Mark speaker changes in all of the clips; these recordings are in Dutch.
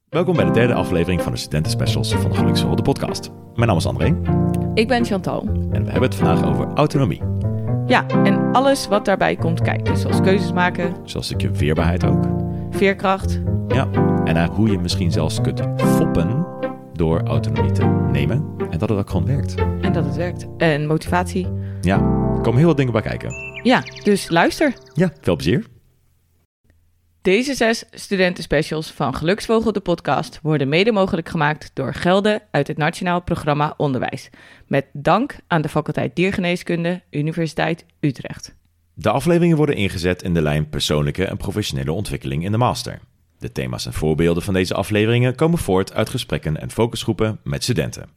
Speaker 1: Welkom bij de derde aflevering van de Studentenspecials van de Geluksvol, de podcast. Mijn naam is André.
Speaker 2: Ik ben Chantal.
Speaker 1: En we hebben het vandaag over autonomie.
Speaker 2: Ja, en alles wat daarbij komt kijken. Zoals keuzes maken.
Speaker 1: Zoals een stukje weerbaarheid ook.
Speaker 2: Veerkracht.
Speaker 1: Ja, en hoe je misschien zelfs kunt foppen door autonomie te nemen. En dat het ook gewoon werkt.
Speaker 2: En dat het werkt. En motivatie.
Speaker 1: Ja, er komen heel wat dingen bij kijken.
Speaker 2: Ja, dus luister.
Speaker 1: Ja, veel plezier.
Speaker 2: Deze 6 studentenspecials van Geluksvogel de podcast worden mede mogelijk gemaakt door gelden uit het Nationaal Programma Onderwijs. Met dank aan de faculteit Diergeneeskunde, Universiteit Utrecht.
Speaker 1: De afleveringen worden ingezet in de lijn persoonlijke en professionele ontwikkeling in de master. De thema's en voorbeelden van deze afleveringen komen voort uit gesprekken en focusgroepen met studenten.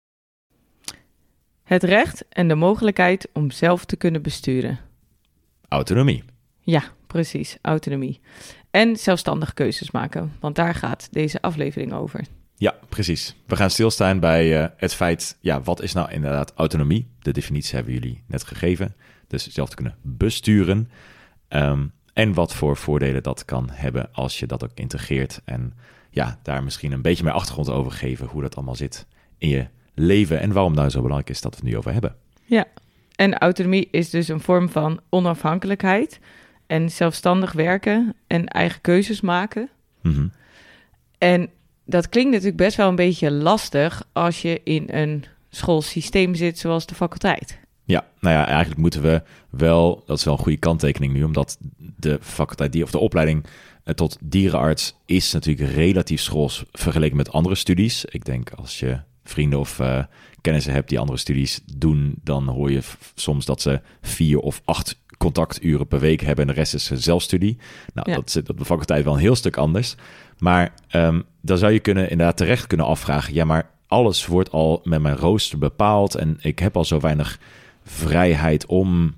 Speaker 2: Het recht en de mogelijkheid om zelf te kunnen besturen.
Speaker 1: Autonomie.
Speaker 2: Ja, precies, autonomie. En zelfstandig keuzes maken, want daar gaat deze aflevering over.
Speaker 1: Ja, precies. We gaan stilstaan bij het feit, wat is nou inderdaad autonomie? De definitie hebben jullie net gegeven. Dus zelf te kunnen besturen. En wat voor voordelen dat kan hebben als je dat ook integreert. En daar misschien een beetje meer achtergrond over geven hoe dat allemaal zit in je leven. En waarom nou zo belangrijk is dat we het nu over hebben.
Speaker 2: Ja, en autonomie is dus een vorm van onafhankelijkheid en zelfstandig werken en eigen keuzes maken. Mm-hmm. En dat klinkt natuurlijk best wel een beetje lastig als je in een schoolsysteem zit zoals de faculteit.
Speaker 1: Ja, eigenlijk moeten we wel, dat is wel een goede kanttekening nu, omdat de faculteit of de opleiding tot dierenarts is natuurlijk relatief schools vergeleken met andere studies. Ik denk als je vrienden of kennissen hebt die andere studies doen, dan hoor je soms dat ze 4 of 8 contacturen per week hebben en de rest is zelfstudie. Nou, dat zit op de faculteit wel een heel stuk anders. Maar dan zou je inderdaad terecht kunnen afvragen, maar alles wordt al met mijn rooster bepaald en ik heb al zo weinig vrijheid om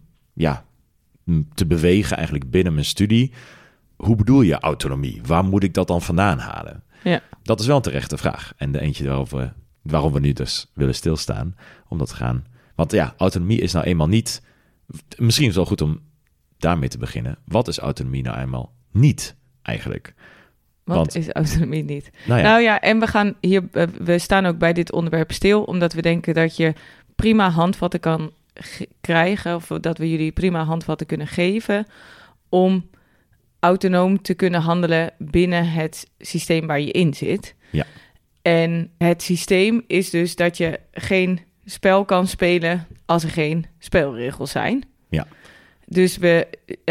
Speaker 1: te bewegen eigenlijk binnen mijn studie. Hoe bedoel je autonomie? Waar moet ik dat dan vandaan halen? Ja. Dat is wel een terechte vraag. En de eentje waarom we nu dus willen stilstaan, om dat te gaan. Want autonomie is nou eenmaal niet. Misschien is het wel goed om daarmee te beginnen. Wat is autonomie nou eenmaal niet eigenlijk?
Speaker 2: Wat is autonomie niet? En we staan ook bij dit onderwerp stil, omdat we denken dat je prima handvatten kan krijgen, of dat we jullie prima handvatten kunnen geven om autonoom te kunnen handelen binnen het systeem waar je in zit. Ja. En het systeem is dus dat je geen spel kan spelen als er geen spelregels zijn. Ja. Dus we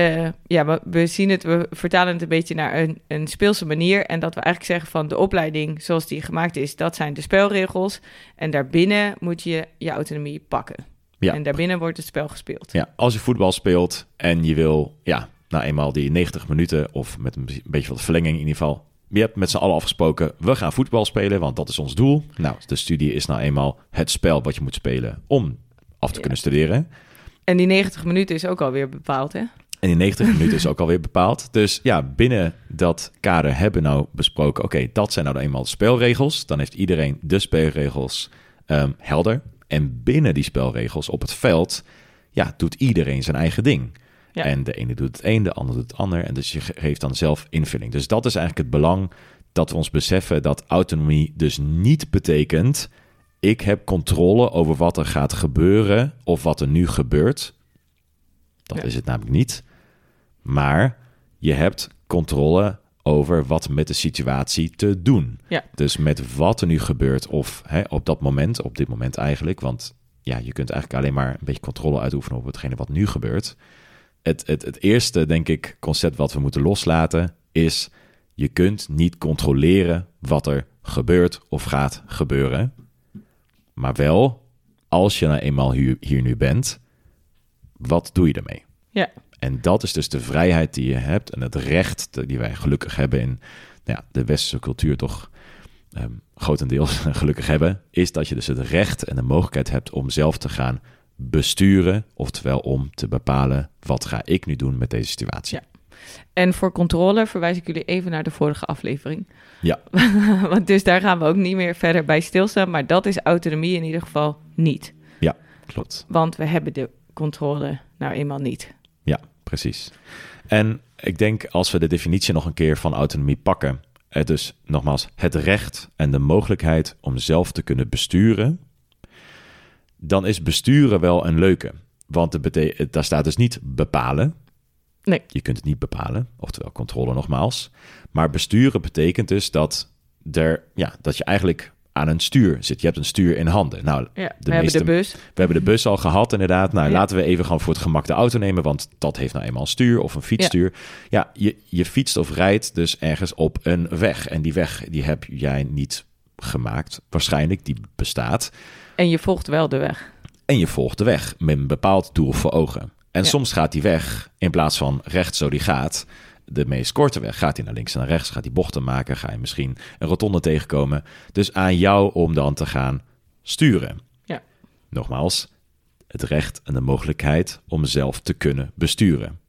Speaker 2: zien het, we vertalen het een beetje naar een speelse manier. En dat we eigenlijk zeggen van de opleiding zoals die gemaakt is, dat zijn de spelregels. En daarbinnen moet je je autonomie pakken. Ja. En daarbinnen wordt het spel gespeeld. Ja,
Speaker 1: als je voetbal speelt en je wil, eenmaal die 90 minuten of met een beetje wat verlenging in ieder geval. Je hebt met z'n allen afgesproken, we gaan voetbal spelen, want dat is ons doel. Nou, de studie is nou eenmaal het spel wat je moet spelen om af te kunnen studeren.
Speaker 2: En die 90 minuten is ook alweer bepaald, hè?
Speaker 1: En die 90 minuten is ook alweer bepaald. Dus binnen dat kader hebben we nou besproken, oké, dat zijn nou eenmaal de spelregels. Dan heeft iedereen de spelregels helder. En binnen die spelregels op het veld, doet iedereen zijn eigen ding. Ja. En de ene doet het een, de ander doet het ander. En dus je geeft dan zelf invulling. Dus dat is eigenlijk het belang dat we ons beseffen dat autonomie dus niet betekent, ik heb controle over wat er gaat gebeuren of wat er nu gebeurt. Dat is het namelijk niet. Maar je hebt controle over wat met de situatie te doen. Ja. Dus met wat er nu gebeurt of op dit moment eigenlijk. Want je kunt eigenlijk alleen maar een beetje controle uitoefenen op hetgene wat nu gebeurt. Het eerste, denk ik, concept wat we moeten loslaten is, je kunt niet controleren wat er gebeurt of gaat gebeuren. Maar wel, als je nou eenmaal hier nu bent, wat doe je ermee? Ja. En dat is dus de vrijheid die je hebt en het recht die wij gelukkig hebben in de westerse cultuur toch grotendeels gelukkig hebben, is dat je dus het recht en de mogelijkheid hebt om zelf te gaan besturen, oftewel om te bepalen, wat ga ik nu doen met deze situatie? Ja.
Speaker 2: En voor controle verwijs ik jullie even naar de vorige aflevering. Ja. Want dus daar gaan we ook niet meer verder bij stilstaan, maar dat is autonomie in ieder geval niet.
Speaker 1: Ja, klopt.
Speaker 2: Want we hebben de controle nou eenmaal niet.
Speaker 1: Ja, precies. En ik denk als we de definitie nog een keer van autonomie pakken, dus nogmaals, het recht en de mogelijkheid om zelf te kunnen besturen, dan is besturen wel een leuke. Want daar staat dus niet bepalen.
Speaker 2: Nee.
Speaker 1: Je kunt het niet bepalen, oftewel controle nogmaals. Maar besturen betekent dus dat je eigenlijk aan een stuur zit. Je hebt een stuur in handen. Nou,
Speaker 2: we hebben de bus.
Speaker 1: We hebben de bus al gehad, inderdaad. Nou, laten we even gewoon voor het gemak de auto nemen, want dat heeft nou eenmaal een stuur of een fietsstuur. Ja, je fietst of rijdt dus ergens op een weg. En die weg, die heb jij niet gemaakt. Waarschijnlijk, die bestaat.
Speaker 2: En je volgt wel de weg.
Speaker 1: En je volgt de weg met een bepaald doel voor ogen. En soms gaat die weg, in plaats van recht zo die gaat, de meest korte weg, gaat hij naar links en naar rechts, gaat hij bochten maken, ga je misschien een rotonde tegenkomen. Dus aan jou om dan te gaan sturen.
Speaker 2: Ja.
Speaker 1: Nogmaals, het recht en de mogelijkheid om zelf te kunnen besturen.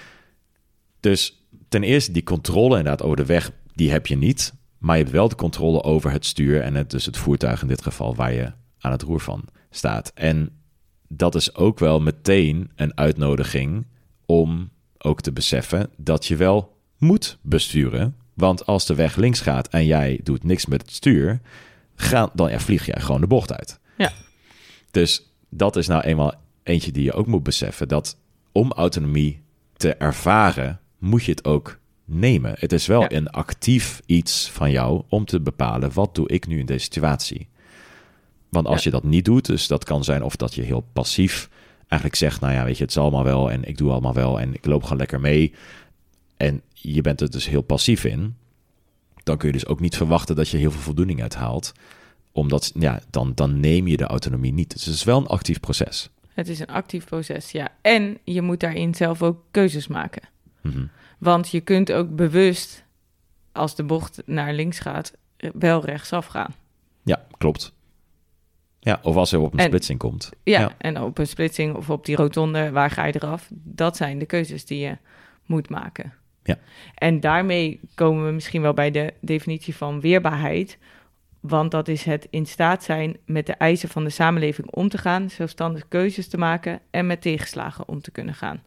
Speaker 1: Dus ten eerste die controle inderdaad over de weg, die heb je niet. Maar je hebt wel de controle over het stuur en dus het voertuig in dit geval waar je aan het roer van staat. En dat is ook wel meteen een uitnodiging om ook te beseffen dat je wel moet besturen. Want als de weg links gaat en jij doet niks met het stuur, dan vlieg jij gewoon de bocht uit.
Speaker 2: Ja.
Speaker 1: Dus dat is nou eenmaal eentje die je ook moet beseffen. Dat om autonomie te ervaren, moet je het ook nemen. Het is wel een actief iets van jou om te bepalen, wat doe ik nu in deze situatie? Want als je dat niet doet, dus dat kan zijn of dat je heel passief eigenlijk zegt, nou ja, weet je, het zal allemaal wel en ik doe allemaal wel en ik loop gewoon lekker mee. En je bent er dus heel passief in. Dan kun je dus ook niet verwachten dat je heel veel voldoening uithaalt. Omdat, dan neem je de autonomie niet. Dus het is wel een actief proces.
Speaker 2: Het is een actief proces, ja. En je moet daarin zelf ook keuzes maken.
Speaker 1: Mm-hmm.
Speaker 2: Want je kunt ook bewust, als de bocht naar links gaat, wel rechtsaf gaan.
Speaker 1: Ja, klopt. Ja, of als er op een splitsing komt.
Speaker 2: Ja, en op een splitsing of op die rotonde, waar ga je eraf? Dat zijn de keuzes die je moet maken.
Speaker 1: Ja.
Speaker 2: En daarmee komen we misschien wel bij de definitie van weerbaarheid. Want dat is het in staat zijn met de eisen van de samenleving om te gaan, zelfstandig keuzes te maken en met tegenslagen om te kunnen gaan.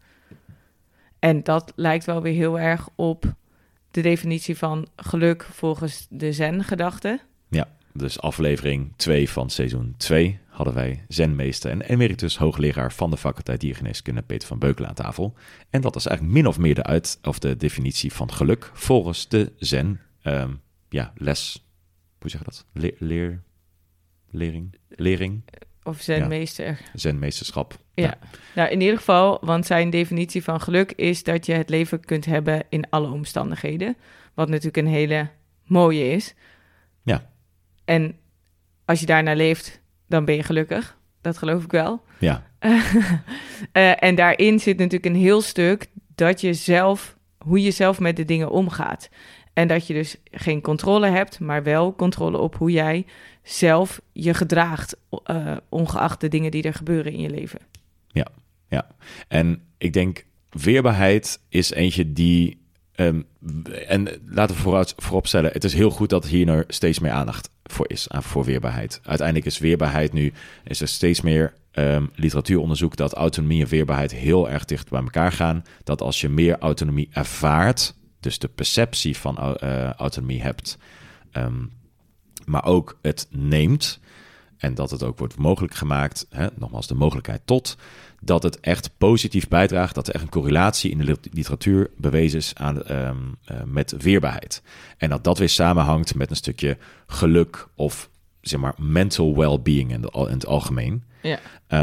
Speaker 2: En dat lijkt wel weer heel erg op de definitie van geluk volgens de Zen-gedachte.
Speaker 1: Ja, dus aflevering 2 van seizoen 2 hadden wij Zenmeester en emeritus hoogleraar van de faculteit diergeneeskunde Peter van Beukelen aan tafel. En dat is eigenlijk min of meer de definitie van geluk volgens de Zen les. Hoe zeg je dat? Lering?
Speaker 2: Of zenmeester.
Speaker 1: Ja. Zenmeesterschap.
Speaker 2: Ja. Nou, in ieder geval, want zijn definitie van geluk is dat je het leven kunt hebben in alle omstandigheden. Wat natuurlijk een hele mooie is.
Speaker 1: Ja.
Speaker 2: En als je daarnaar leeft, dan ben je gelukkig. Dat geloof ik wel.
Speaker 1: Ja.
Speaker 2: En daarin zit natuurlijk een heel stuk dat je zelf, hoe je zelf met de dingen omgaat. En dat je dus geen controle hebt, maar wel controle op hoe jij zelf je gedraagt, ongeacht de dingen die er gebeuren in je leven. Ja.
Speaker 1: En ik denk, weerbaarheid is eentje die... en laten we vooropstellen, het is heel goed dat hier nu steeds meer aandacht voor is, voor weerbaarheid. Uiteindelijk is weerbaarheid nu, is er steeds meer literatuuronderzoek dat autonomie en weerbaarheid heel erg dicht bij elkaar gaan. Dat als je meer autonomie ervaart, dus de perceptie van autonomie hebt, maar ook het neemt en dat het ook wordt mogelijk gemaakt, nogmaals de mogelijkheid tot, dat het echt positief bijdraagt, dat er echt een correlatie in de literatuur bewezen is met weerbaarheid. En dat weer samenhangt met een stukje geluk of zeg maar mental well-being in het algemeen.
Speaker 2: Ja.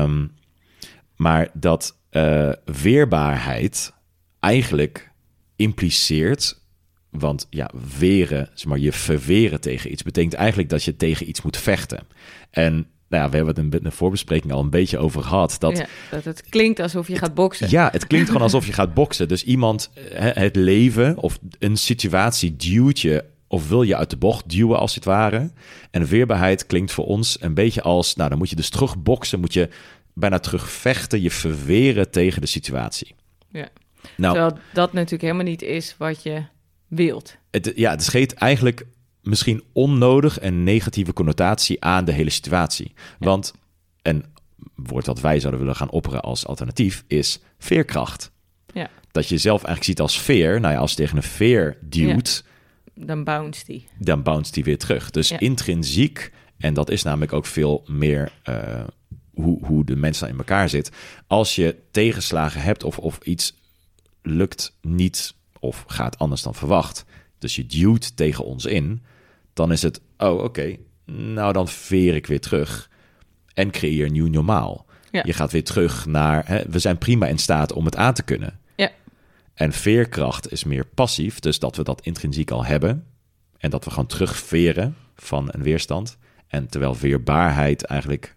Speaker 1: Maar dat weerbaarheid eigenlijk impliceert, want ja, weren, zeg maar, je verweren tegen iets, betekent eigenlijk dat je tegen iets moet vechten. En nou ja, we hebben het in de voorbespreking al een beetje over gehad. Dat
Speaker 2: het klinkt alsof je gaat boksen.
Speaker 1: Ja, het klinkt gewoon alsof je gaat boksen. Dus iemand, het leven of een situatie duwt je of wil je uit de bocht duwen als het ware. En weerbaarheid klinkt voor ons een beetje als, nou dan moet je dus terugboksen, moet je bijna terugvechten, je verweren tegen de situatie.
Speaker 2: Ja. Nou, terwijl dat natuurlijk helemaal niet is wat je wilt.
Speaker 1: Het geeft eigenlijk misschien onnodig en negatieve connotatie aan de hele situatie. Ja. Want een woord dat wij zouden willen gaan opperen als alternatief is veerkracht.
Speaker 2: Ja.
Speaker 1: Dat je zelf eigenlijk ziet als veer. Nou ja, als je tegen een veer duwt,
Speaker 2: Dan
Speaker 1: bounce die weer terug. Dus intrinsiek, en dat is namelijk ook veel meer hoe de mens in elkaar zit. Als je tegenslagen hebt of iets lukt niet of gaat anders dan verwacht, dus je duwt tegen ons in, dan is het, oké, nou dan veer ik weer terug en creëer een nieuw normaal. Ja. Je gaat weer terug naar, we zijn prima in staat om het aan te kunnen.
Speaker 2: Ja.
Speaker 1: En veerkracht is meer passief, dus dat we dat intrinsiek al hebben en dat we gewoon terugveren van een weerstand. En terwijl weerbaarheid eigenlijk,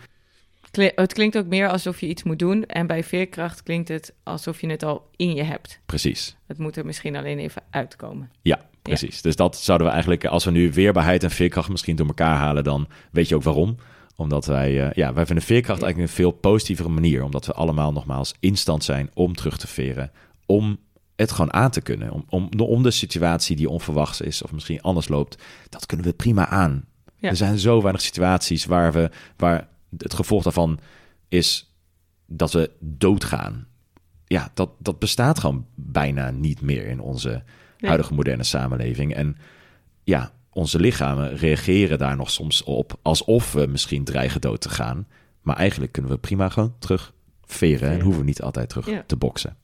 Speaker 2: het klinkt ook meer alsof je iets moet doen. En bij veerkracht klinkt het alsof je het al in je hebt.
Speaker 1: Precies.
Speaker 2: Het moet er misschien alleen even uitkomen.
Speaker 1: Ja, precies. Ja. Dus dat zouden we eigenlijk, als we nu weerbaarheid en veerkracht misschien door elkaar halen, dan weet je ook waarom. Omdat wij vinden veerkracht eigenlijk een veel positievere manier. Omdat we allemaal nogmaals in stand zijn om terug te veren. Om het gewoon aan te kunnen. Om de situatie die onverwachts is of misschien anders loopt, dat kunnen we prima aan. Ja. Er zijn zo weinig situaties waar het gevolg daarvan is dat we doodgaan. Ja, dat bestaat gewoon bijna niet meer in onze huidige moderne samenleving. En ja, onze lichamen reageren daar nog soms op alsof we misschien dreigen dood te gaan. Maar eigenlijk kunnen we prima gewoon terugveren en hoeven we niet altijd terug te boksen.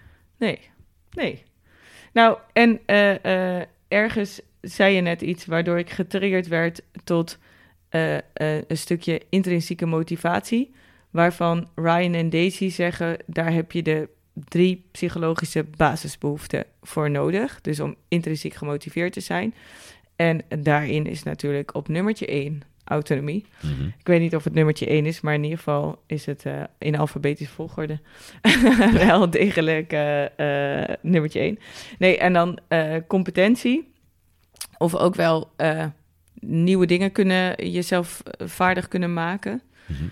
Speaker 2: Nee. Nou, en ergens zei je net iets waardoor ik getriggerd werd tot een stukje intrinsieke motivatie, waarvan Ryan en Daisy zeggen, daar heb je de 3 psychologische basisbehoeften voor nodig. Dus om intrinsiek gemotiveerd te zijn. En daarin is natuurlijk op nummertje 1 autonomie. Mm-hmm. Ik weet niet of het nummertje 1 is, maar in ieder geval is het in alfabetische volgorde wel degelijk nummertje 1. Nee, en dan competentie. Of ook wel nieuwe dingen jezelf vaardig kunnen maken. Mm-hmm.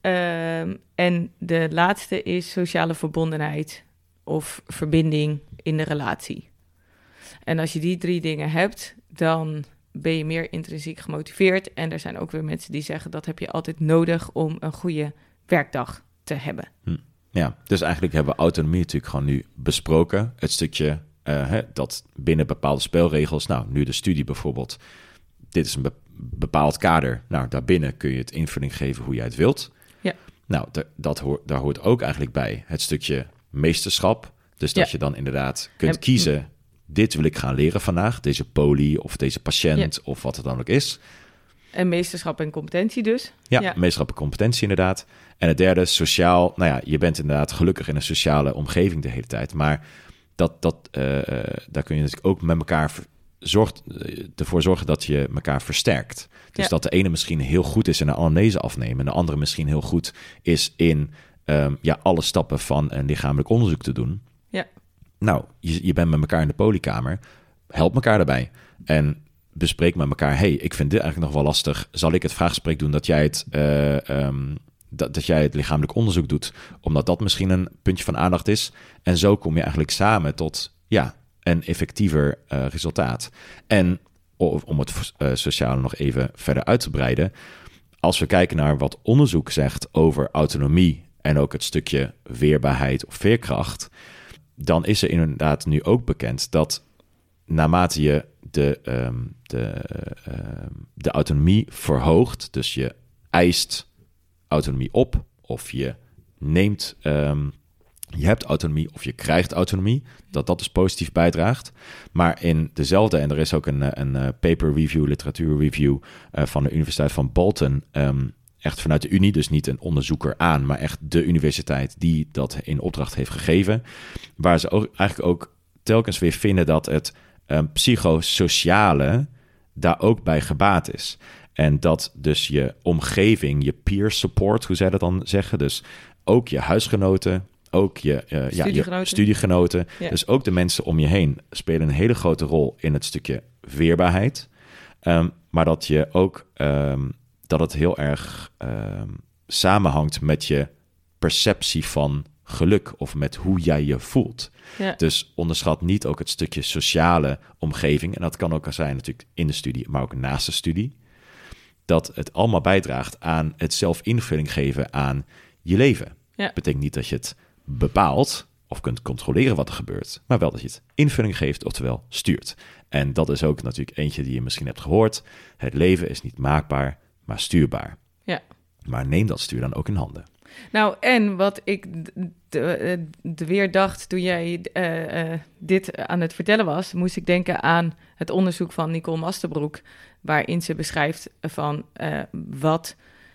Speaker 2: En de laatste is sociale verbondenheid of verbinding in de relatie. En als je die 3 dingen hebt, dan ben je meer intrinsiek gemotiveerd. En er zijn ook weer mensen die zeggen, dat heb je altijd nodig om een goede werkdag te hebben.
Speaker 1: Ja, dus eigenlijk hebben we autonomie natuurlijk gewoon nu besproken. Het stukje dat binnen bepaalde spelregels, nou, nu de studie bijvoorbeeld, dit is een bepaald kader. Nou, daarbinnen kun je het invulling geven hoe jij het wilt.
Speaker 2: Ja.
Speaker 1: Nou, daar hoort ook eigenlijk bij het stukje meesterschap. Dus dat je dan inderdaad kunt kiezen, dit wil ik gaan leren vandaag, deze poli of deze patiënt of wat het dan ook is.
Speaker 2: En meesterschap en competentie dus.
Speaker 1: Ja, meesterschap en competentie inderdaad. En het derde, sociaal. Nou ja, je bent inderdaad gelukkig in een sociale omgeving de hele tijd. Maar daar kun je natuurlijk ook met elkaar ervoor zorgen dat je elkaar versterkt. Dus dat de ene misschien heel goed is in een anamnese afnemen en de andere misschien heel goed is in alle stappen van een lichamelijk onderzoek te doen.
Speaker 2: Ja.
Speaker 1: Nou, je bent met elkaar in de polykamer. Help elkaar daarbij. En bespreek met elkaar, hey, ik vind dit eigenlijk nog wel lastig. Zal ik het vraaggesprek doen dat jij het dat jij het lichamelijk onderzoek doet, omdat dat misschien een puntje van aandacht is. En zo kom je eigenlijk samen tot een effectiever resultaat. En om het sociale nog even verder uit te breiden, als we kijken naar wat onderzoek zegt over autonomie en ook het stukje weerbaarheid of veerkracht, dan is er inderdaad nu ook bekend dat naarmate je de autonomie verhoogt, dus je eist autonomie op, of je neemt, je hebt autonomie of je krijgt autonomie, dat dus positief bijdraagt. Maar in dezelfde, en er is ook een paper review, literatuur review van de Universiteit van Bolton, echt vanuit de Unie, dus niet een onderzoeker aan, maar echt de universiteit die dat in opdracht heeft gegeven, waar ze eigenlijk ook telkens weer vinden dat het psychosociale daar ook bij gebaat is. En dat dus je omgeving, je peer support, hoe zij dat dan zeggen, dus ook je huisgenoten, ook je studiegenoten, dus ook de mensen om je heen spelen een hele grote rol in het stukje weerbaarheid. Maar dat je ook dat het heel erg samenhangt met je perceptie van geluk of met hoe jij je voelt. Ja. Dus onderschat niet ook het stukje sociale omgeving. En dat kan ook zijn natuurlijk in de studie, maar ook naast de studie. Dat het allemaal bijdraagt aan het zelf invulling geven aan je leven. Ja. Dat betekent niet dat je het bepaalt of kunt controleren wat er gebeurt, maar wel dat je het invulling geeft, oftewel stuurt. En dat is ook natuurlijk eentje die je misschien hebt gehoord. Het leven is niet maakbaar, maar stuurbaar.
Speaker 2: Ja.
Speaker 1: Maar neem dat stuur dan ook in handen.
Speaker 2: Nou, en wat ik weer dacht toen jij dit aan het vertellen was, moest ik denken aan het onderzoek van Nicole Masterbroek, waarin ze beschrijft van wat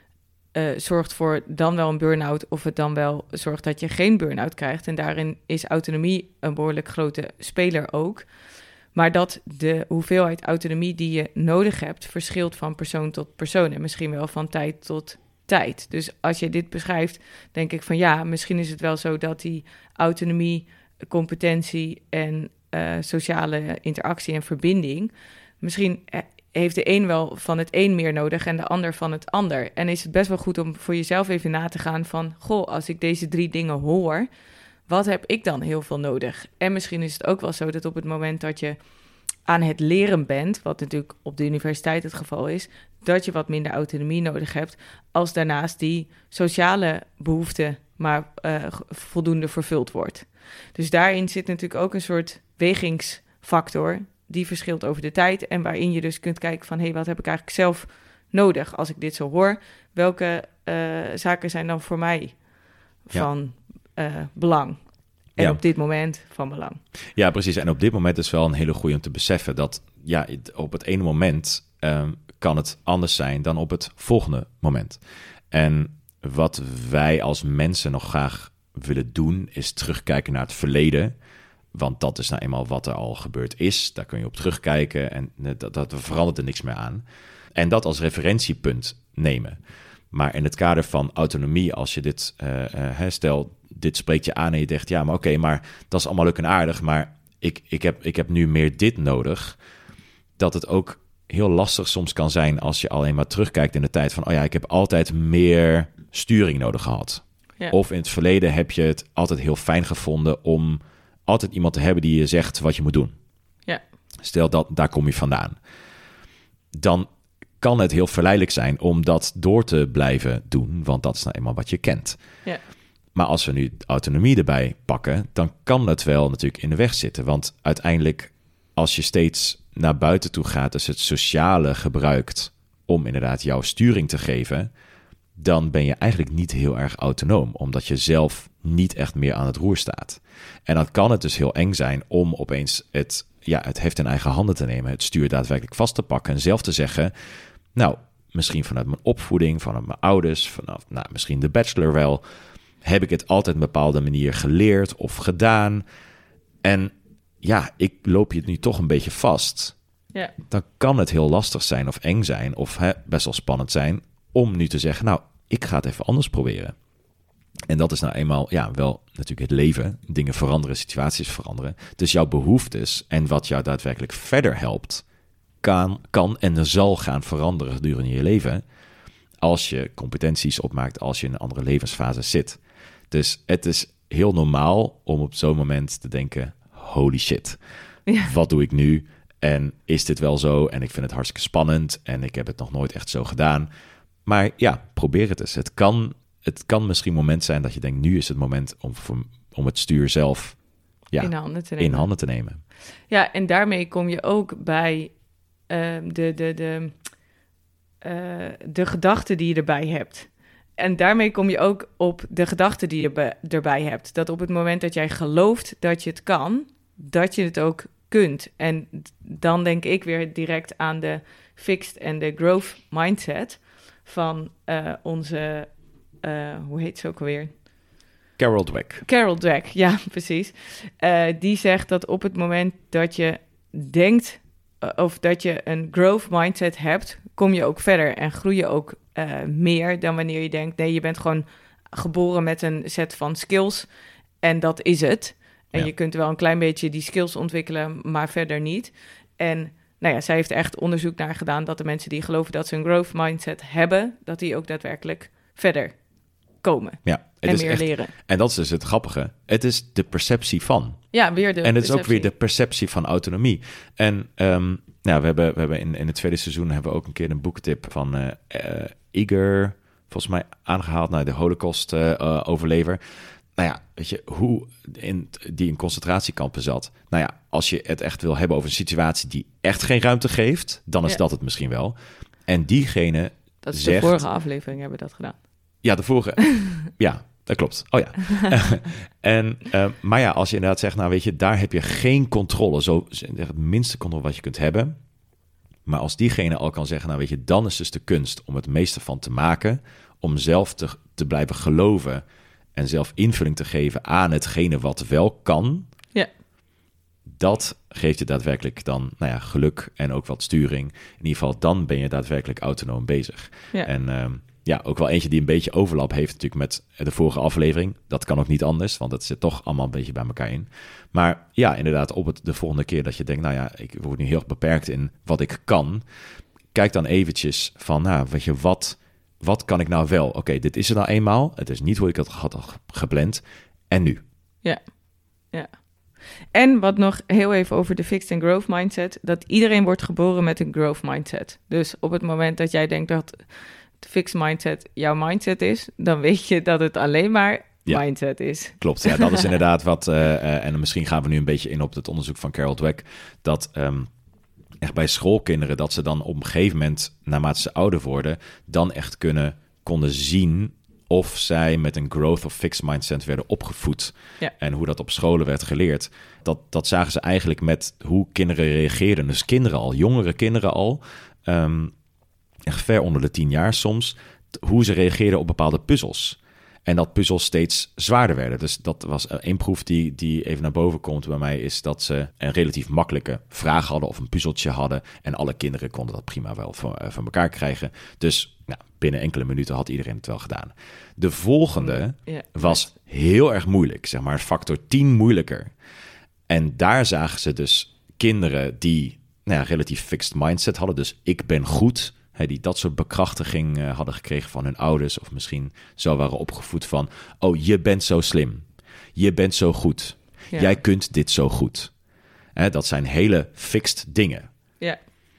Speaker 2: zorgt voor dan wel een burn-out of het dan wel zorgt dat je geen burn-out krijgt. En daarin is autonomie een behoorlijk grote speler ook. Maar dat de hoeveelheid autonomie die je nodig hebt verschilt van persoon tot persoon en misschien wel van tijd tot tijd. Dus als je dit beschrijft, denk ik van ja, misschien is het wel zo dat die autonomie, competentie en sociale interactie en verbinding, misschien heeft de een wel van het een meer nodig en de ander van het ander. En is het best wel goed om voor jezelf even na te gaan van, goh, als ik deze 3 dingen hoor, wat heb ik dan heel veel nodig? En misschien is het ook wel zo dat op het moment dat je aan het leren bent, wat natuurlijk op de universiteit het geval is, dat je wat minder autonomie nodig hebt, als daarnaast die sociale behoefte maar voldoende vervuld wordt. Dus daarin zit natuurlijk ook een soort wegingsfactor die verschilt over de tijd en waarin je dus kunt kijken van, hé, wat heb ik eigenlijk zelf nodig als ik dit zo hoor? Welke zaken zijn dan voor mij van belang? En op dit moment van belang.
Speaker 1: Ja, precies. En op dit moment is wel een hele goede om te beseffen dat op het ene moment kan het anders zijn dan op het volgende moment. En wat wij als mensen nog graag willen doen, is terugkijken naar het verleden. Want dat is nou eenmaal wat er al gebeurd is. Daar kun je op terugkijken en dat verandert er niks meer aan. En dat als referentiepunt nemen. Maar in het kader van autonomie, als je dit stel, dit spreekt je aan en je denkt, ja, maar oké, maar dat is allemaal leuk en aardig, maar ik heb nu meer dit nodig. Dat het ook heel lastig soms kan zijn als je alleen maar terugkijkt in de tijd van, oh ja, ik heb altijd meer sturing nodig gehad. Ja. Of in het verleden heb je het altijd heel fijn gevonden om altijd iemand te hebben die je zegt wat je moet doen.
Speaker 2: Ja.
Speaker 1: Stel dat daar kom je vandaan. Dan kan het heel verleidelijk zijn om dat door te blijven doen, want dat is nou eenmaal wat je kent.
Speaker 2: Ja.
Speaker 1: Maar als we nu autonomie erbij pakken, dan kan het wel natuurlijk in de weg zitten. Want uiteindelijk, als je steeds naar buiten toe gaat, dus het sociale gebruikt om inderdaad jouw sturing te geven, dan ben je eigenlijk niet heel erg autonoom, omdat je zelf niet echt meer aan het roer staat. En dan kan het dus heel eng zijn om opeens het heft in eigen handen te nemen, het stuur daadwerkelijk vast te pakken en zelf te zeggen, nou, misschien vanuit mijn opvoeding, vanuit mijn ouders, vanaf misschien de bachelor wel, heb ik het altijd op een bepaalde manier geleerd of gedaan. En ja, ik loop je nu toch een beetje vast.
Speaker 2: Ja. Dan
Speaker 1: kan het heel lastig zijn of eng zijn of best wel spannend zijn om nu te zeggen, nou, ik ga het even anders proberen. En dat is nou eenmaal, wel natuurlijk het leven. Dingen veranderen, situaties veranderen. Dus jouw behoeftes en wat jou daadwerkelijk verder helpt, kan en zal gaan veranderen gedurende je leven, als je competenties opmaakt, als je in een andere levensfase zit. Dus het is heel normaal om op zo'n moment te denken, holy shit, wat doe ik nu? En is dit wel zo? En ik vind het hartstikke spannend en ik heb het nog nooit echt zo gedaan. Maar ja, probeer het eens. Het kan misschien een moment zijn dat je denkt, nu is het moment om het stuur zelf in handen te nemen.
Speaker 2: Ja, en daarmee kom je ook bij de gedachten die je erbij hebt. En daarmee kom je ook op de gedachten die je erbij hebt. Dat op het moment dat jij gelooft dat je het kan, dat je het ook kunt. En dan denk ik weer direct aan de fixed en de growth mindset van onze, hoe heet ze ook alweer? Carol Dweck, ja, precies. Die zegt dat op het moment dat je denkt of dat je een growth mindset hebt, kom je ook verder en groei je ook meer dan wanneer je denkt, nee, je bent gewoon geboren met een set van skills en dat is het. En je kunt wel een klein beetje die skills ontwikkelen, maar verder niet. En zij heeft echt onderzoek naar gedaan dat de mensen die geloven dat ze een growth mindset hebben, dat die ook daadwerkelijk verder komen en meer leren.
Speaker 1: En dat is dus het grappige. Het is de perceptie van.
Speaker 2: Ja, weer de perceptie.
Speaker 1: En het is ook weer de perceptie van autonomie. En we hebben in het tweede seizoen hebben we ook een keer een boektip van Iger, volgens mij aangehaald naar de Holocaust-overlever. nou ja, weet je, die in concentratiekampen zat. Nou ja, als je het echt wil hebben over een situatie die echt geen ruimte geeft, dan is dat het misschien wel. En diegene
Speaker 2: dat is
Speaker 1: zegt...
Speaker 2: de vorige aflevering hebben we dat gedaan.
Speaker 1: Ja, de vorige. Ja, dat klopt. Oh ja. Maar ja, als je inderdaad zegt, nou weet je, daar heb je geen controle. Zo het minste controle wat je kunt hebben. Maar als diegene al kan zeggen, nou weet je, dan is dus de kunst om het meeste van te maken, om zelf te blijven geloven en zelf invulling te geven aan hetgene wat wel kan. Ja. Dat geeft je daadwerkelijk dan, nou ja, geluk en ook wat sturing. In ieder geval, dan ben je daadwerkelijk autonoom bezig. Ja. En ook wel eentje die een beetje overlap heeft natuurlijk met de vorige aflevering. Dat kan ook niet anders, want het zit toch allemaal een beetje bij elkaar in. Maar ja, inderdaad, de volgende keer dat je denkt, nou ja, ik word nu heel erg beperkt in wat ik kan. Kijk dan eventjes van, nou, weet je, wat kan ik nou wel? Oké, dit is er nou eenmaal. Het is niet hoe ik het had gepland. En nu?
Speaker 2: Ja. En wat nog heel even over de fixed and growth mindset. Dat iedereen wordt geboren met een growth mindset. Dus op het moment dat jij denkt dat de fixed mindset jouw mindset is, dan weet je dat het alleen maar mindset is.
Speaker 1: Klopt, ja, dat is inderdaad wat... en misschien gaan we nu een beetje in op het onderzoek van Carol Dweck, dat echt bij schoolkinderen, dat ze dan op een gegeven moment, naarmate ze ouder worden, dan echt konden zien of zij met een growth of fixed mindset werden opgevoed. Ja. En hoe dat op scholen werd geleerd. Dat zagen ze eigenlijk met hoe kinderen reageerden. Dus kinderen al, jongere kinderen al, echt ver onder de 10 jaar soms, hoe ze reageerden op bepaalde puzzels. En dat puzzels steeds zwaarder werden. Dus dat was één proef die even naar boven komt bij mij, is dat ze een relatief makkelijke vraag hadden of een puzzeltje hadden. En alle kinderen konden dat prima wel van elkaar krijgen. Dus binnen enkele minuten had iedereen het wel gedaan. De volgende was heel erg moeilijk, zeg maar factor 10 moeilijker. En daar zagen ze dus kinderen die relatief fixed mindset hadden. Dus ik ben goed. Die dat soort bekrachtiging hadden gekregen van hun ouders, of misschien zo waren opgevoed van, oh, je bent zo slim. Je bent zo goed. Ja. Jij kunt dit zo goed. Dat zijn hele fixed dingen. Ja.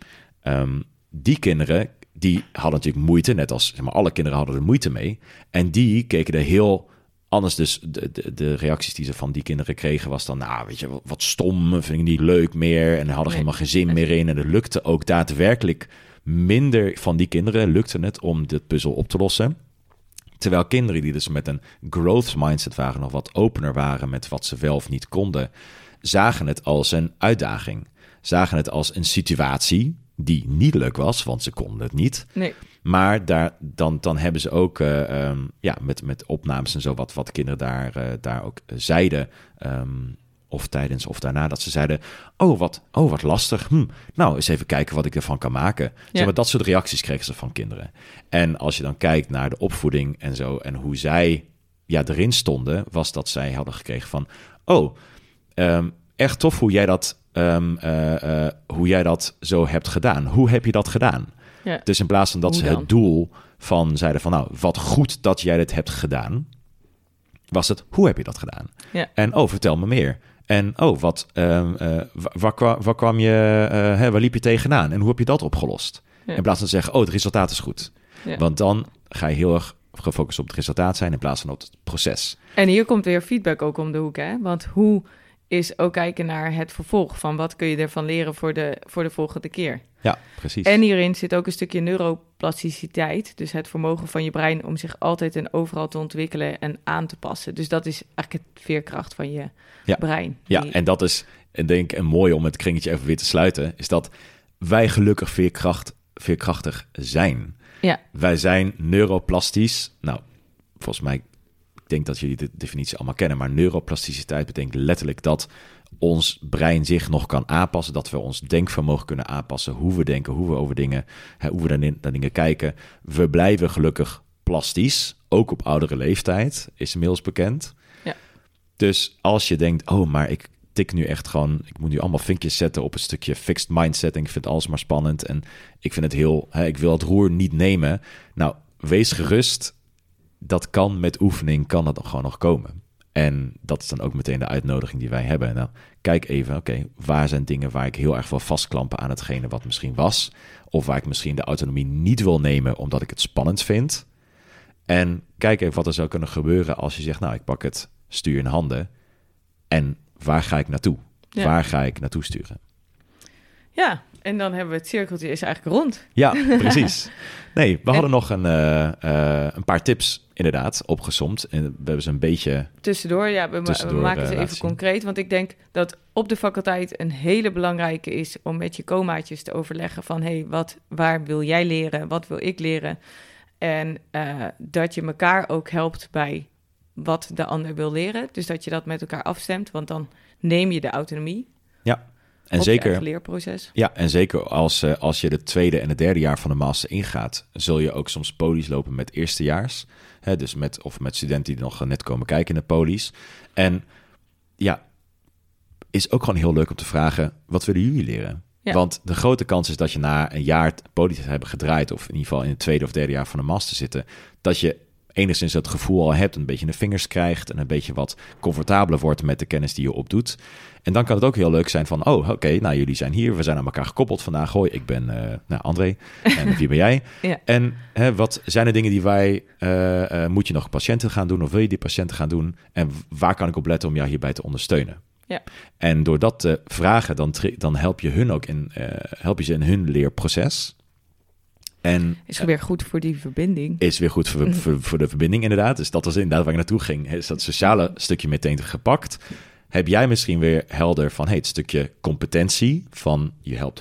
Speaker 1: Die kinderen, die hadden natuurlijk moeite, net als zeg maar, alle kinderen hadden er moeite mee. En die keken er heel anders. Dus de reacties die ze van die kinderen kregen was dan, nou, weet je, wat stom, vind ik niet leuk meer. En hadden helemaal geen zin meer in. En het lukte ook daadwerkelijk minder van die kinderen lukte het om dit puzzel op te lossen. Terwijl kinderen die dus met een growth mindset waren, nog wat opener waren met wat ze wel of niet konden, zagen het als een uitdaging. Zagen het als een situatie die niet leuk was, want ze konden het niet. Nee. Maar dan hebben ze ook met opnames en zo wat kinderen daar ook zeiden, of tijdens of daarna, dat ze zeiden, wat lastig. Nou, eens even kijken wat ik ervan kan maken. Ja. Zeg maar, dat soort reacties kregen ze van kinderen. En als je dan kijkt naar de opvoeding en zo, en hoe zij erin stonden, was dat zij hadden gekregen van, echt tof hoe jij dat zo hebt gedaan. Hoe heb je dat gedaan? Ja. Dus in plaats van dat ze het doel van zeiden van, nou, wat goed dat jij dit hebt gedaan, was het, hoe heb je dat gedaan? Ja. En vertel me meer. En waar liep je tegenaan? En hoe heb je dat opgelost? Ja. In plaats van te zeggen, het resultaat is goed. Ja. Want dan ga je heel erg gefocust op het resultaat zijn in plaats van op het proces.
Speaker 2: En hier komt weer feedback ook om de hoek, hè? Want hoe is ook kijken naar het vervolg van wat kun je ervan leren voor de volgende keer. Ja, precies. En hierin zit ook een stukje neuroplasticiteit, dus het vermogen van je brein om zich altijd en overal te ontwikkelen en aan te passen. Dus dat is eigenlijk het veerkracht van je brein.
Speaker 1: Ja, en dat is, denk ik, een mooie om het kringetje even weer te sluiten, is dat wij gelukkig veerkrachtig zijn. Ja. Wij zijn neuroplastisch. Nou, volgens mij, ik denk dat jullie de definitie allemaal kennen, maar neuroplasticiteit betekent letterlijk dat ons brein zich nog kan aanpassen, dat we ons denkvermogen kunnen aanpassen, hoe we denken, hoe we over dingen, hoe we naar dingen kijken. We blijven gelukkig plastisch, ook op oudere leeftijd, is inmiddels bekend. Ja. Dus als je denkt, maar ik tik nu echt gewoon, ik moet nu allemaal vinkjes zetten op een stukje fixed mindset en ik vind alles maar spannend en ik vind het ik wil het roer niet nemen. Nou, wees gerust. Dat kan met oefening, kan dat gewoon nog komen. En dat is dan ook meteen de uitnodiging die wij hebben. Nou, kijk even, waar zijn dingen waar ik heel erg wil vastklampen aan hetgene wat misschien was, of waar ik misschien de autonomie niet wil nemen omdat ik het spannend vind. En kijk even wat er zou kunnen gebeuren als je zegt, nou, ik pak het stuur in handen. En waar ga ik naartoe? Ja. Waar ga ik naartoe sturen?
Speaker 2: Ja, en dan hebben we het cirkeltje is eigenlijk rond.
Speaker 1: Ja, precies. Nee, we hadden nog een paar tips inderdaad opgesomd. En we hebben ze een beetje...
Speaker 2: Tussendoor, ja, we maken ze even concreet. Want ik denk dat op de faculteit een hele belangrijke is om met je co-maatjes te overleggen van waar wil jij leren? Wat wil ik leren? En dat je elkaar ook helpt bij wat de ander wil leren. Dus dat je dat met elkaar afstemt, want dan neem je de autonomie.
Speaker 1: Ja. En zeker
Speaker 2: het leerproces.
Speaker 1: Ja, en zeker als je de tweede en het derde jaar van de master ingaat, zul je ook soms polies lopen met eerstejaars. Dus met studenten die nog net komen kijken in de polies. En ja, is ook gewoon heel leuk om te vragen, wat willen jullie leren? Ja. Want de grote kans is dat je na een jaar polies hebben gedraaid, of in ieder geval in het tweede of derde jaar van de master zitten, dat je enigszins het gevoel al hebt, een beetje in de vingers krijgt en een beetje wat comfortabeler wordt met de kennis die je opdoet. En dan kan het ook heel leuk zijn van, oké, nou jullie zijn hier, we zijn aan elkaar gekoppeld vandaag. Hoi, ik ben André en wie ben jij? Ja. En wat zijn de dingen die moet je nog patiënten gaan doen of wil je die patiënten gaan doen? En waar kan ik op letten om jou hierbij te ondersteunen? Ja. En door dat te vragen, dan help je hun ook help je ze in hun leerproces. En,
Speaker 2: is weer goed voor die verbinding.
Speaker 1: Is weer goed voor de verbinding, inderdaad. Dus dat was inderdaad waar ik naartoe ging. Is dat sociale stukje meteen gepakt. Heb jij misschien weer helder van het stukje competentie van je helpt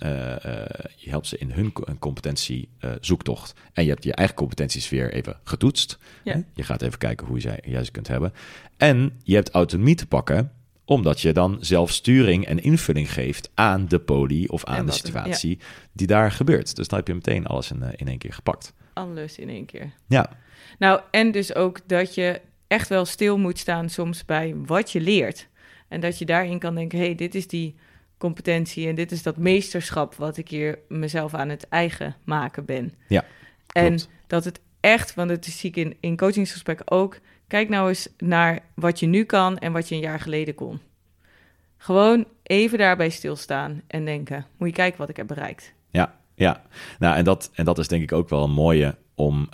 Speaker 1: ze in hun competentie zoektocht. En je hebt je eigen competenties weer even getoetst. Ja. Je gaat even kijken hoe jij ze kunt hebben. En je hebt autonomie te pakken, omdat je dan zelf sturing en invulling geeft aan de poli of aan de situatie die daar gebeurt. Dus dan heb je meteen alles in één keer gepakt.
Speaker 2: Alles in één keer.
Speaker 1: Ja.
Speaker 2: Nou, en dus ook dat je echt wel stil moet staan soms bij wat je leert. En dat je daarin kan denken, dit is die competentie en dit is dat meesterschap wat ik hier mezelf aan het eigen maken ben.
Speaker 1: Ja,
Speaker 2: klopt. En dat het echt, want het zie ik in coachingsgesprekken ook, kijk nou eens naar wat je nu kan en wat je een jaar geleden kon. Gewoon even daarbij stilstaan en denken, moet je kijken wat ik heb bereikt.
Speaker 1: Ja. Nou, en dat is denk ik ook wel een mooie om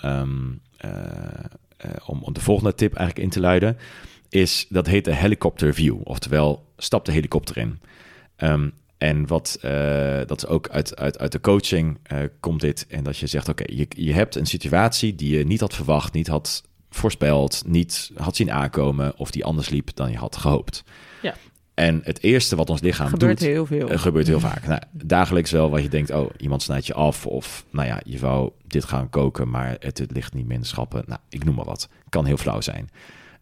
Speaker 1: de volgende tip eigenlijk in te luiden, dat heet de helicopter view. Oftewel, stap de helikopter in. En dat is ook uit de coaching komt dit. En dat je zegt, oké, je hebt een situatie die je niet had verwacht, niet had voorspeld, niet had zien aankomen of die anders liep dan je had gehoopt. Ja. En het eerste wat ons lichaam
Speaker 2: gebeurt
Speaker 1: doet...
Speaker 2: heel veel.
Speaker 1: Gebeurt heel vaak. Nou, dagelijks wel wat je denkt, iemand snijdt je af. Of je wou dit gaan koken, maar het ligt niet meer in de schappen. Nou, ik noem maar wat. Kan heel flauw zijn.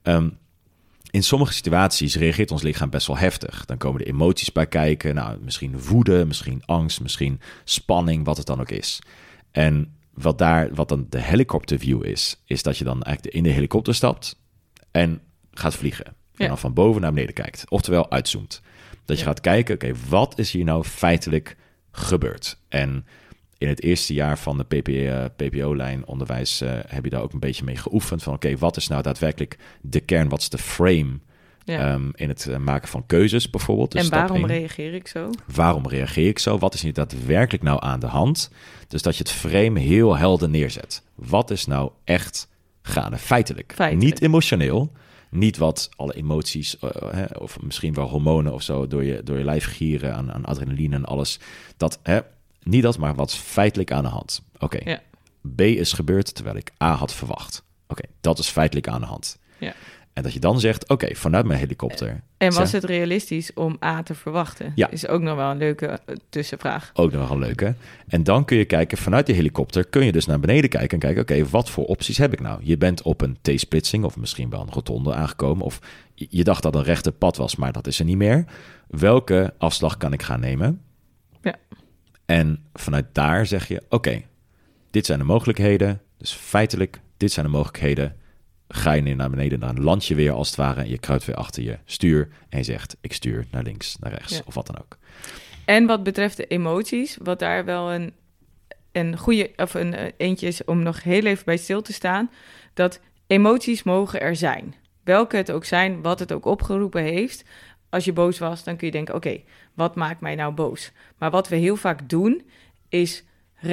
Speaker 1: In sommige situaties reageert ons lichaam best wel heftig. Dan komen de emoties bij kijken. Nou, misschien woede, misschien angst, misschien spanning, wat het dan ook is. En wat dan de helikopterview is dat je dan eigenlijk in de helikopter stapt en gaat vliegen. En dan van boven naar beneden kijkt. Oftewel uitzoomt. Dat je gaat kijken, oké, wat is hier nou feitelijk gebeurd? En in het eerste jaar van de PPO-lijn onderwijs heb je daar ook een beetje mee geoefend. Van oké, wat is nou daadwerkelijk de kern? Wat is de frame in het maken van keuzes bijvoorbeeld? Dus
Speaker 2: en waarom reageer ik zo?
Speaker 1: Waarom reageer ik zo? Wat is hier daadwerkelijk nou aan de hand? Dus dat je het frame heel helder neerzet. Wat is nou echt gaande? Feitelijk. Niet emotioneel. Niet wat alle emoties of misschien wel hormonen of zo door je lijf gieren aan adrenaline en alles. Niet dat, maar wat is feitelijk aan de hand. Oké, ja. B is gebeurd terwijl ik A had verwacht. Oké, dat is feitelijk aan de hand. Ja. En dat je dan zegt, oké, vanuit mijn helikopter...
Speaker 2: En was het realistisch om A te verwachten? Ja. Is ook nog wel een leuke tussenvraag.
Speaker 1: Ook nog wel een leuke. En dan kun je kijken, vanuit de helikopter kun je dus naar beneden kijken en kijken, oké, wat voor opties heb ik nou? Je bent op een T-splitsing of misschien wel een rotonde aangekomen of je dacht dat een rechte pad was, maar dat is er niet meer. Welke afslag kan ik gaan nemen? Ja. En vanuit daar zeg je, oké, dit zijn de mogelijkheden. Dus feitelijk, dit zijn de mogelijkheden. Ga je naar beneden, dan land je weer als het ware en je kruipt weer achter je stuur en je zegt, ik stuur naar links, naar rechts of wat dan ook.
Speaker 2: En wat betreft de emoties, wat daar wel een goede of een eentje is om nog heel even bij stil te staan, dat emoties mogen er zijn. Welke het ook zijn, wat het ook opgeroepen heeft. Als je boos was, dan kun je denken, oké, wat maakt mij nou boos? Maar wat we heel vaak doen, is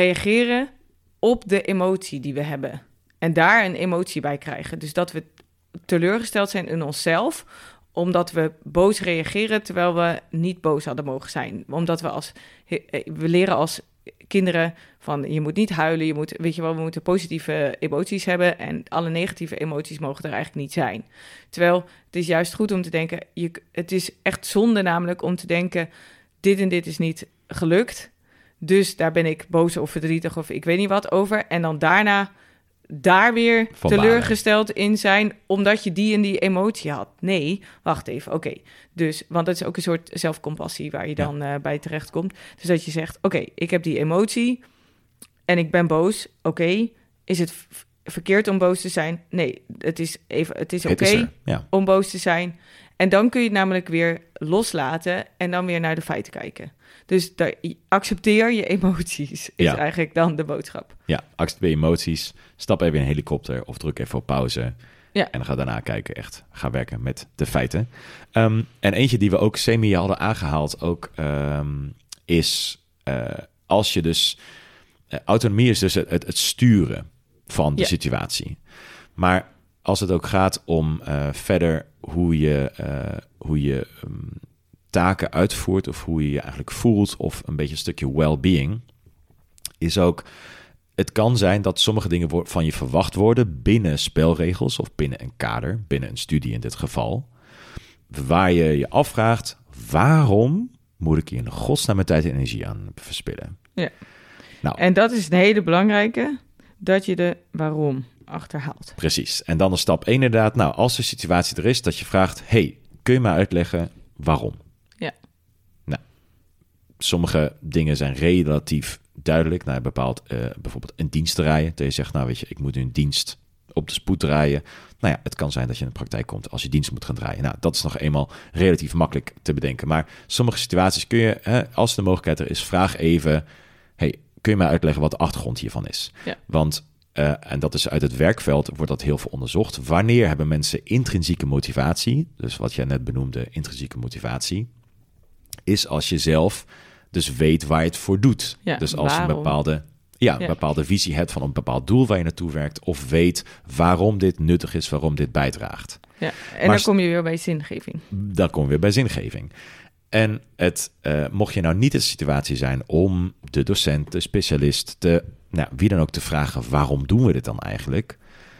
Speaker 2: reageren op de emotie die we hebben. En daar een emotie bij krijgen. Dus dat we teleurgesteld zijn in onszelf, omdat we boos reageren terwijl we niet boos hadden mogen zijn. Omdat we leren als kinderen van je moet niet huilen, we moeten positieve emoties hebben en alle negatieve emoties mogen er eigenlijk niet zijn. Terwijl het is juist goed om te denken, het is echt zonde namelijk om te denken, dit en dit is niet gelukt, dus daar ben ik boos of verdrietig of ik weet niet wat over. En dan daarna daar weer teleurgesteld in zijn, omdat je die en die emotie had. Nee, wacht even, oké. Dus, want dat is ook een soort zelfcompassie waar je dan bij terecht komt. Dus dat je zegt, oké, ik heb die emotie en ik ben boos. Oké, is het verkeerd om boos te zijn? Nee, het is oké om boos te zijn. En dan kun je het namelijk weer loslaten en dan weer naar de feiten kijken. Dus accepteer je emoties, is eigenlijk dan de boodschap.
Speaker 1: Ja, accepteer je emoties, stap even in een helikopter of druk even op pauze. Ja. En ga daarna kijken, ga werken met de feiten. En eentje die we ook semi hadden aangehaald ook is als je dus... autonomie is dus het sturen van de situatie. Maar als het ook gaat om verder hoe je taken uitvoert of hoe je je eigenlijk voelt of een beetje een stukje well-being, is ook, het kan zijn dat sommige dingen van je verwacht worden binnen spelregels of binnen een kader, binnen een studie in dit geval, waar je je afvraagt, waarom moet ik hier in godsnaam mijn tijd en energie aan verspillen? Ja.
Speaker 2: Nou, en dat is een hele belangrijke, dat je de waarom achterhaalt.
Speaker 1: Precies. En dan de stap 1 inderdaad. Nou, als de situatie er is, dat je vraagt, hey, kun je me uitleggen waarom?
Speaker 2: Ja.
Speaker 1: Nou, sommige dingen zijn relatief duidelijk. Nou, bijvoorbeeld een dienst te rijden. Dat je zegt, nou weet je, ik moet nu een dienst op de spoed draaien. Nou ja, het kan zijn dat je in de praktijk komt als je dienst moet gaan draaien. Nou, dat is nog eenmaal relatief makkelijk te bedenken. Maar sommige situaties kun je, als de mogelijkheid er is, vraag even, hey, kun je mij uitleggen wat de achtergrond hiervan is? Ja. Want en dat is uit het werkveld, wordt dat heel veel onderzocht. Wanneer hebben mensen intrinsieke motivatie? Dus wat jij net benoemde, intrinsieke motivatie, is als je zelf dus weet waar je het voor doet. Ja, dus als je een bepaalde visie hebt van een bepaald doel waar je naartoe werkt, of weet waarom dit nuttig is, waarom dit bijdraagt.
Speaker 2: Ja, en dan kom je weer bij zingeving.
Speaker 1: Dan kom je weer bij zingeving. En mocht je nou niet in de situatie zijn om de docent, de specialist, wie dan ook te vragen, waarom doen we dit dan eigenlijk?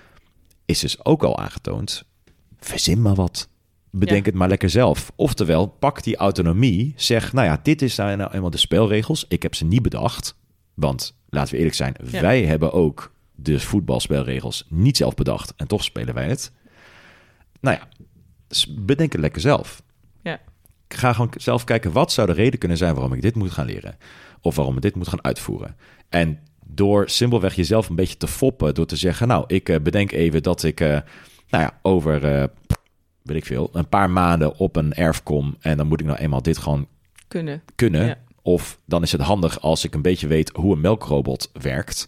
Speaker 1: Is dus ook al aangetoond, verzin maar wat. Bedenk het maar lekker zelf. Oftewel, pak die autonomie, zeg, nou ja, dit is nou eenmaal de spelregels. Ik heb ze niet bedacht, want laten we eerlijk zijn, wij hebben ook de voetbalspelregels niet zelf bedacht en toch spelen wij het. Nou ja, dus bedenk het lekker zelf.
Speaker 2: Ja.
Speaker 1: Ga gewoon zelf kijken, wat zou de reden kunnen zijn waarom ik dit moet gaan leren? Of waarom ik dit moet gaan uitvoeren? En door simpelweg jezelf een beetje te foppen, door te zeggen, nou, ik bedenk even dat ik, over, weet ik veel, een paar maanden op een erf kom en dan moet ik nou eenmaal dit gewoon kunnen. Ja. Of dan is het handig als ik een beetje weet hoe een melkrobot werkt.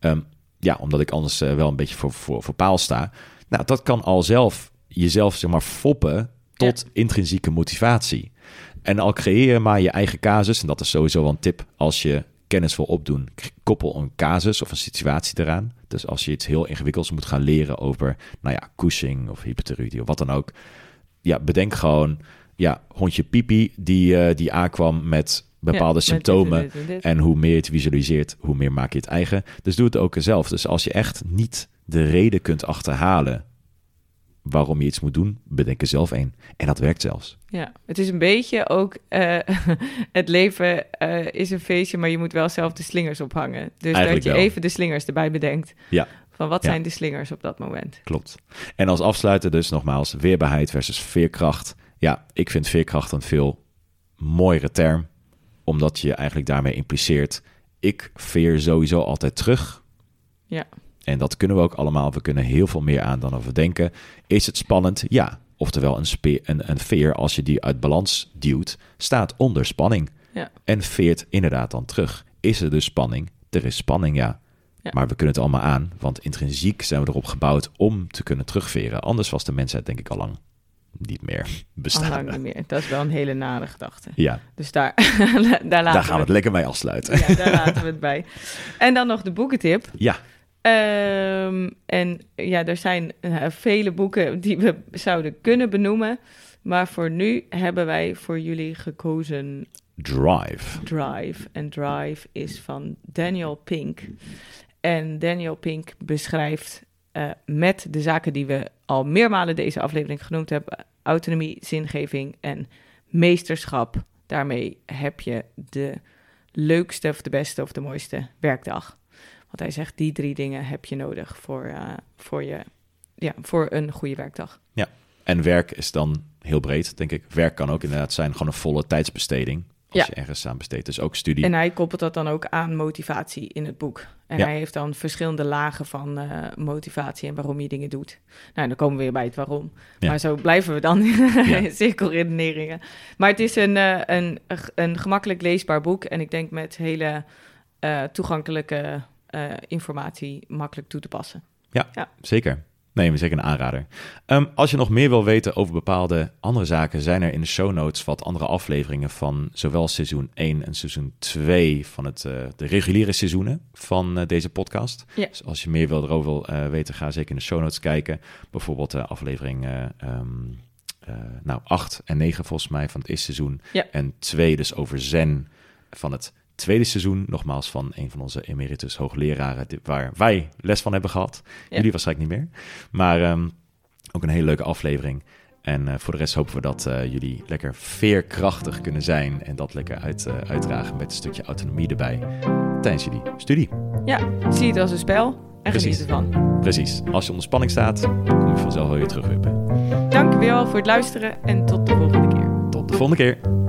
Speaker 1: Omdat ik anders wel een beetje voor paal sta. Nou, dat kan al jezelf zeg maar foppen tot intrinsieke motivatie. En al creëer je maar je eigen casus, en dat is sowieso wel een tip als je kennis wil opdoen, koppel een casus of een situatie eraan. Dus als je iets heel ingewikkelds moet gaan leren over, Cushing of hypothyroïdie of wat dan ook. Ja, bedenk gewoon, hondje Pipi die aankwam met bepaalde symptomen. En hoe meer je het visualiseert, hoe meer maak je het eigen. Dus doe het ook zelf. Dus als je echt niet de reden kunt achterhalen waarom je iets moet doen, bedenk er zelf een. En dat werkt zelfs.
Speaker 2: Ja, het is een beetje ook, het leven is een feestje, maar je moet wel zelf de slingers ophangen. Dus eigenlijk dat je even de slingers erbij bedenkt.
Speaker 1: Ja.
Speaker 2: Van wat zijn de slingers op dat moment?
Speaker 1: Klopt. En als afsluiter dus nogmaals, weerbaarheid versus veerkracht. Ja, ik vind veerkracht een veel mooiere term, omdat je eigenlijk daarmee impliceert, ik veer sowieso altijd terug.
Speaker 2: Ja.
Speaker 1: En dat kunnen we ook allemaal. We kunnen heel veel meer aan dan we denken. Is het spannend? Ja. Oftewel een veer, als je die uit balans duwt, staat onder spanning.
Speaker 2: Ja.
Speaker 1: En veert inderdaad dan terug. Is er dus spanning? Er is spanning, ja. Maar we kunnen het allemaal aan, want intrinsiek zijn we erop gebouwd om te kunnen terugveren. Anders was de mensheid denk ik al lang niet meer bestaan.
Speaker 2: Al lang niet meer. Dat is wel een hele nare gedachte.
Speaker 1: Ja.
Speaker 2: Dus daar
Speaker 1: gaan we het lekker mee afsluiten.
Speaker 2: Ja, daar laten we het bij. En dan nog de boekentip.
Speaker 1: Ja.
Speaker 2: En ja, er zijn vele boeken die we zouden kunnen benoemen. Maar voor nu hebben wij voor jullie gekozen...
Speaker 1: Drive.
Speaker 2: En Drive is van Daniel Pink. En Daniel Pink beschrijft met de zaken die we al meermalen deze aflevering genoemd hebben... autonomie, zingeving en meesterschap. Daarmee heb je de leukste of de beste of de mooiste werkdag. Want hij zegt, die 3 dingen heb je nodig voor een goede werkdag.
Speaker 1: Ja, en werk is dan heel breed, denk ik. Werk kan ook inderdaad zijn gewoon een volle tijdsbesteding... als je ergens aan besteedt, dus ook studie.
Speaker 2: En hij koppelt dat dan ook aan motivatie in het boek. En hij heeft dan verschillende lagen van motivatie en waarom je dingen doet. Nou, dan komen we weer bij het waarom. Ja. Maar zo blijven we dan in cirkelredeneringen. Maar het is een gemakkelijk leesbaar boek. En ik denk met hele toegankelijke informatie makkelijk toe te passen.
Speaker 1: Ja, zeker. Nee, zeker een aanrader. Als je nog meer wil weten over bepaalde andere zaken... zijn er in de show notes wat andere afleveringen... van zowel seizoen 1 en seizoen 2... van de reguliere seizoenen van deze podcast. Ja. Dus als je meer erover wil weten... ga zeker in de show notes kijken. Bijvoorbeeld aflevering 8 en 9 volgens mij van het eerste seizoen. Ja. En 2 dus over Zen van het tweede seizoen, nogmaals van een van onze emeritus hoogleraren, waar wij les van hebben gehad. Ja. Jullie waarschijnlijk niet meer. Maar ook een hele leuke aflevering. En voor de rest hopen we dat jullie lekker veerkrachtig kunnen zijn en dat lekker uitdragen met een stukje autonomie erbij tijdens jullie studie.
Speaker 2: Ja, zie het als een spel en geniet ervan.
Speaker 1: Precies. Als je onder spanning staat, kom je vanzelf wel weer terugwippen.
Speaker 2: Dank je wel voor het luisteren en tot de volgende keer.
Speaker 1: Tot de volgende keer.